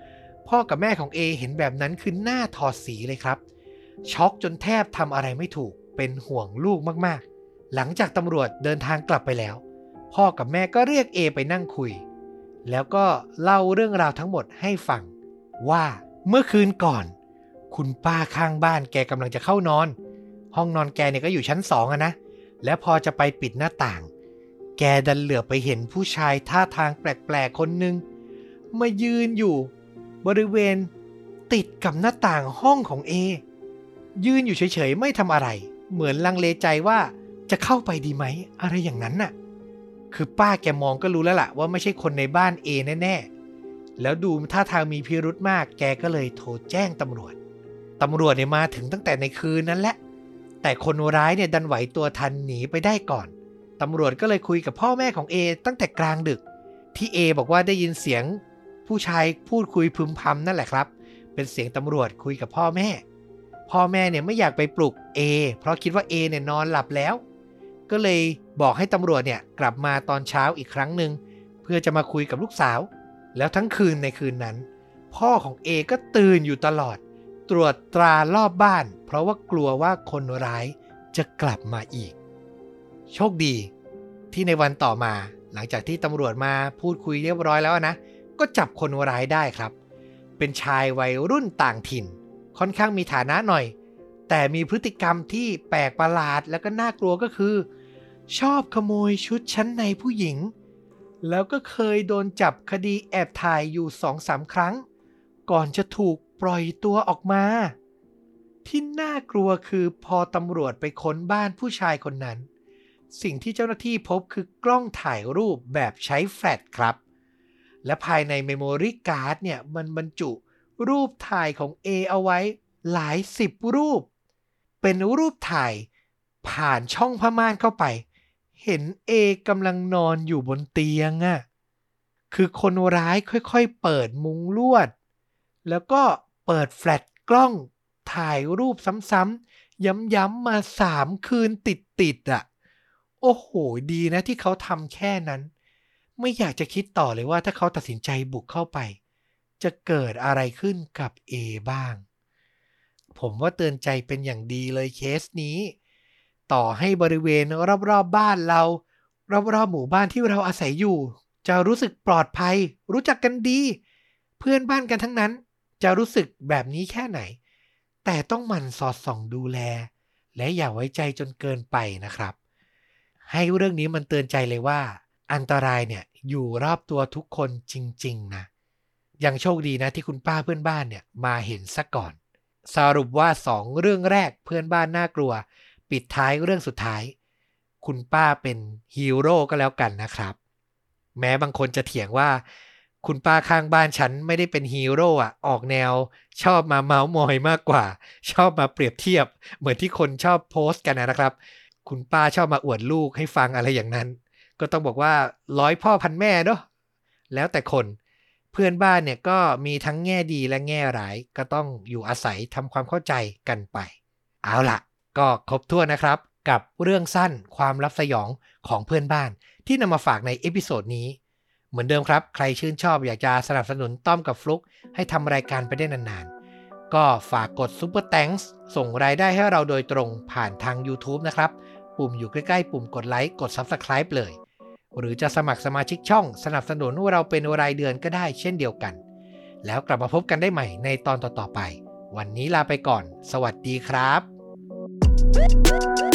พ่อกับแม่ของเอเห็นแบบนั้นคือหน้าถอดสีเลยครับช็อกจนแทบทำอะไรไม่ถูกเป็นห่วงลูกมากๆหลังจากตำรวจเดินทางกลับไปแล้วพ่อกับแม่ก็เรียกเอไปนั่งคุยแล้วก็เล่าเรื่องราวทั้งหมดให้ฟังว่าเมื่อคืนก่อนคุณป้าข้างบ้านแกกำลังจะเข้านอนห้องนอนแกเนี่ยก็อยู่ชั้นสองอะนะแล้วพอจะไปปิดหน้าต่างแกดันเหลือบไปเห็นผู้ชายท่าทางแปลกๆคนหนึ่งมายืนอยู่บริเวณติดกับหน้าต่างห้องของเอยืนอยู่เฉยๆไม่ทำอะไรเหมือนลังเลใจว่าจะเข้าไปดีไหมอะไรอย่างนั้นน่ะคือป้าแกมองก็รู้แล้วล่ะว่าไม่ใช่คนในบ้านเอแน่ๆแล้วดูท่าทางมีพิรุธมากแกก็เลยโทรแจ้งตำรวจตำรวจเนี่ยมาถึงตั้งแต่ในคืนนั้นแหละแต่คนร้ายเนี่ยดันไหวตัวทันหนีไปได้ก่อนตำรวจก็เลยคุยกับพ่อแม่ของเอตั้งแต่กลางดึกที่เอบอกว่าได้ยินเสียงผู้ชายพูดคุยพึมพำนั่นแหละครับเป็นเสียงตำรวจคุยกับพ่อแม่พ่อแม่เนี่ยไม่อยากไปปลุกเอเพราะคิดว่าเอเนี่ยนอนหลับแล้วก็เลยบอกให้ตำรวจเนี่ยกลับมาตอนเช้าอีกครั้งหนึ่งเพื่อจะมาคุยกับลูกสาวแล้วทั้งคืนในคืนนั้นพ่อของเอก็ตื่นอยู่ตลอดตรวจตรารอบบ้านเพราะว่ากลัวว่าคนร้ายจะกลับมาอีกโชคดีที่ในวันต่อมาหลังจากที่ตำรวจมาพูดคุยเรียบร้อยแล้วนะก็จับคนร้ายได้ครับเป็นชายวัยรุ่นต่างถิ่นค่อนข้างมีฐานะหน่อยแต่มีพฤติกรรมที่แปลกประหลาดแล้วก็น่ากลัวก็คือชอบขโมยชุดชั้นในผู้หญิงแล้วก็เคยโดนจับคดีแอบถ่ายอยู่ สองสาม ครั้งก่อนจะถูกปล่อยตัวออกมาที่น่ากลัวคือพอตำรวจไปค้นบ้านผู้ชายคนนั้นสิ่งที่เจ้าหน้าที่พบคือกล้องถ่ายรูปแบบใช้แฟลชครับและภายในเมมโมรี่การ์ดเนี่ยมันบรรจุรูปถ่ายของ A เอาไว้หลายสิบรูปเป็นรูปถ่ายผ่านช่องผ้าม่านเข้าไปเห็น A กำลังนอนอยู่บนเตียงอ่ะคือคนร้ายค่อยๆเปิดมุ้งลวดแล้วก็เปิดแฟลชกล้องถ่ายรูปซ้ำๆย้ำๆมาสามคืนติดๆอ่ะโอ้โหดีนะที่เขาทำแค่นั้นไม่อยากจะคิดต่อเลยว่าถ้าเขาตัดสินใจบุกเข้าไปจะเกิดอะไรขึ้นกับ A บ้างผมว่าเตือนใจเป็นอย่างดีเลยเคสนี้ต่อให้บริเวณรอบๆ บบ้านเรารอบๆหมู่บ้านที่เราอาศัยอยู่จะรู้สึกปลอดภัยรู้จักกันดีเพื่อนบ้านกันทั้งนั้นจะรู้สึกแบบนี้แค่ไหนแต่ต้องหมั่นสอดส่องดูแลและอย่าไว้ใจจนเกินไปนะครับให้เรื่องนี้มันเตือนใจเลยว่าอันตรายเนี่ยอยู่รอบตัวทุกคนจริงๆนะยังโชคดีนะที่คุณป้าเพื่อนบ้านเนี่ยมาเห็นซะก่อนสรุปว่าสองเรื่องแรกเพื่อนบ้านน่ากลัวปิดท้ายเรื่องสุดท้ายคุณป้าเป็นฮีโร่ก็แล้วกันนะครับแม้บางคนจะเถียงว่าคุณป้าข้างบ้านฉันไม่ได้เป็นฮีโร่อ่ะออกแนวชอบมาเมาส์มอยมากกว่าชอบมาเปรียบเทียบเหมือนที่คนชอบโพสต์กันนะครับคุณป้าชอบมาอวดลูกให้ฟังอะไรอย่างนั้นก็ต้องบอกว่าร้อยพ่อพันแม่เนาะแล้วแต่คนเพื่อนบ้านเนี่ยก็มีทั้งแง่ดีและแง่ร้ายก็ต้องอยู่อาศัยทำความเข้าใจกันไปเอาล่ะก็ครบถ้วนนะครับกับเรื่องสั้นความลับสยองของเพื่อนบ้านที่นำมาฝากในเอพิโซดนี้เหมือนเดิมครับใครชื่นชอบอยากจะสนับสนุนต้อมกับฟลุกให้ทำรายการไปได้นานๆก็ฝากกด Super Thanks ส่งรายได้ให้เราโดยตรงผ่านทาง YouTube นะครับปุ่มอยู่ใกล้ๆปุ่มกดไลค์กด Subscribe เลยหรือจะสมัครสมาชิกช่องสนับสนุนเราเป็นรายเดือนก็ได้เช่นเดียวกันแล้วกลับมาพบกันได้ใหม่ในตอนต่อๆไปวันนี้ลาไปก่อนสวัสดีครับ